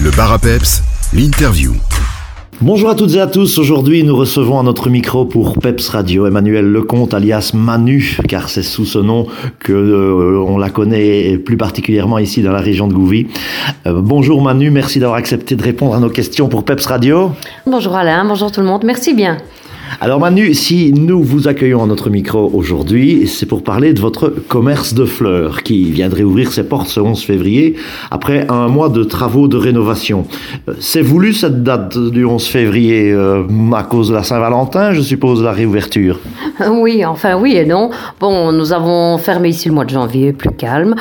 Le bar à peps, l'interview. Bonjour à toutes et à tous, aujourd'hui nous recevons à notre micro pour Peps Radio Emmanuelle Lecomte alias Manu, car c'est sous ce nom que on la connaît plus particulièrement ici dans la région de Gouvy. Bonjour Manu, merci d'avoir accepté de répondre à nos questions pour Peps Radio. Bonjour Alain, bonjour tout le monde, merci bien. Alors Manu, si nous vous accueillons à notre micro aujourd'hui, c'est pour parler de votre commerce de fleurs qui viendrait ouvrir ses portes ce 11 février après un mois de travaux de rénovation. C'est voulu cette date du 11 février à cause de la Saint-Valentin, je suppose, la réouverture? Oui, enfin oui et non. Bon, nous avons fermé ici le mois de janvier, plus calme.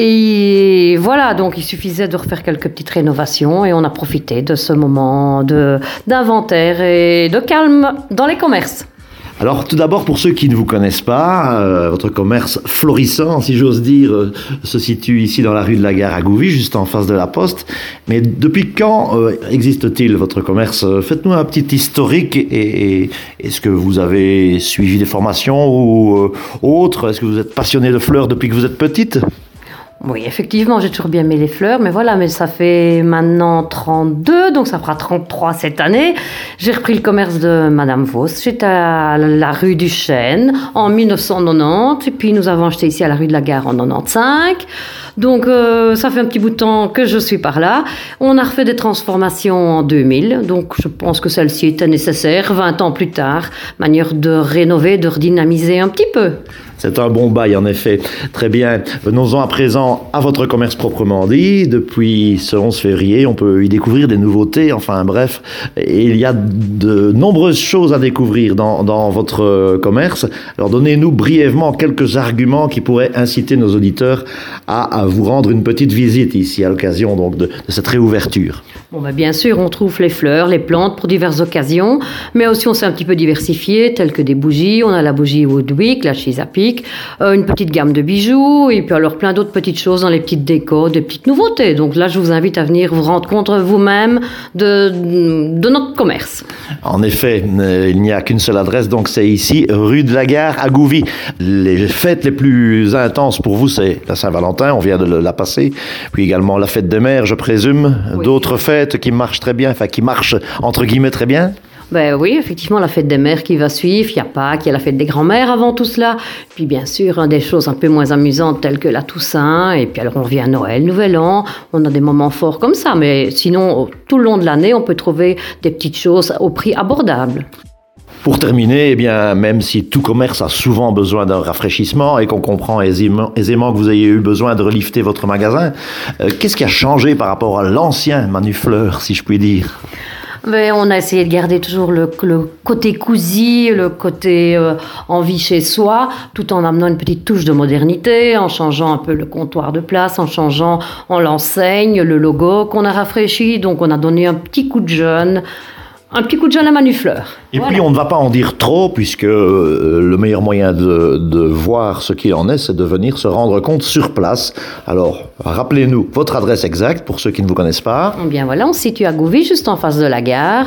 Et voilà, donc il suffisait de refaire quelques petites rénovations et on a profité de ce moment d'inventaire et de calme dans les commerces. Alors tout d'abord, pour ceux qui ne vous connaissent pas, votre commerce florissant, si j'ose dire, se situe ici dans la rue de la Gare à Gouvy, juste en face de la Poste. Mais depuis quand existe-t-il votre commerce? Faites-nous un petit historique et est-ce que vous avez suivi des formations ou autres? Est-ce que vous êtes passionné de fleurs depuis que vous êtes petite? Oui, effectivement, j'ai toujours bien aimé les fleurs, mais voilà, mais ça fait maintenant 32, donc ça fera 33 cette année. J'ai repris le commerce de Madame Vos. J'étais à la rue du Chêne en 1990, et puis nous avons acheté ici à la rue de la Gare en 95. Donc ça fait un petit bout de temps que je suis par là. On a refait des transformations en 2000, donc je pense que celle-ci était nécessaire 20 ans plus tard, manière de rénover, de redynamiser un petit peu. C'est un bon bail, en effet. Très bien. Venons-en à présent à votre commerce proprement dit. Depuis ce 11 février, on peut y découvrir des nouveautés. Enfin bref, et il y a de nombreuses choses à découvrir dans votre commerce. Alors donnez-nous brièvement quelques arguments qui pourraient inciter nos auditeurs à vous rendre une petite visite ici à l'occasion donc de cette réouverture. Bon, ben bien sûr, on trouve les fleurs, les plantes pour diverses occasions, mais aussi on s'est un petit peu diversifié, telles que des bougies. On a la bougie Woodwick, la Chesapeake, une petite gamme de bijoux, et puis alors plein d'autres petites choses dans les petites décos, des petites nouveautés. Donc là, je vous invite à venir vous rendre compte vous-même de notre commerce. En effet, il n'y a qu'une seule adresse, donc c'est ici, rue de la Gare à Gouvy. Les fêtes les plus intenses pour vous, c'est la Saint-Valentin, on vient de la passer, puis également la fête des mères, je présume, oui. D'autres fêtes qui marchent très bien, enfin qui marchent entre guillemets très bien. Ben oui, effectivement, la fête des mères qui va suivre, il y a Pâques, il y a la fête des grands-mères avant tout cela, puis bien sûr, des choses un peu moins amusantes telles que la Toussaint, et puis alors on revient à Noël, Nouvel An, on a des moments forts comme ça, mais sinon, tout le long de l'année, on peut trouver des petites choses au prix abordable. Pour terminer, eh bien, même si tout commerce a souvent besoin d'un rafraîchissement et qu'on comprend aisément que vous ayez eu besoin de relifter votre magasin, qu'est-ce qui a changé par rapport à l'ancien Manu Fleurs, si je puis dire? Mais on a essayé de garder toujours le côté cosy, le côté envie chez soi, tout en amenant une petite touche de modernité, en changeant un peu le comptoir de place, en changeant l'enseigne, le logo qu'on a rafraîchi. Donc on a donné un petit coup de jeune. Un petit coup de jeune à Manu Fleurs. Et voilà. puis on ne va pas en dire trop, puisque le meilleur moyen de voir ce qu'il en est, c'est de venir se rendre compte sur place. Alors, rappelez-nous votre adresse exacte, pour ceux qui ne vous connaissent pas. Eh bien voilà, on se situe à Gouvy, juste en face de la gare.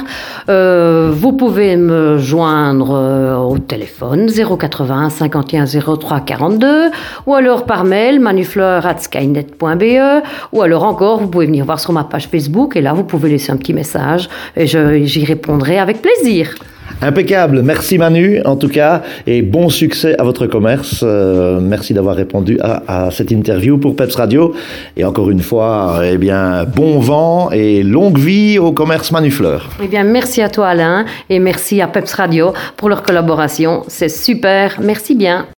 Vous pouvez me joindre au téléphone 080 51 03 42, ou alors par mail manufleurs@skynet.be, ou alors encore, vous pouvez venir voir sur ma page Facebook, et là vous pouvez laisser un petit message, et j'y répondrai avec plaisir. Impeccable, merci Manu en tout cas, et bon succès à votre commerce. Merci d'avoir répondu à cette interview pour Peps Radio, et encore une fois, eh bien, bon vent et longue vie au commerce Manu Fleurs. Eh bien, merci à toi Alain, et merci à Peps Radio pour leur collaboration, c'est super, merci bien.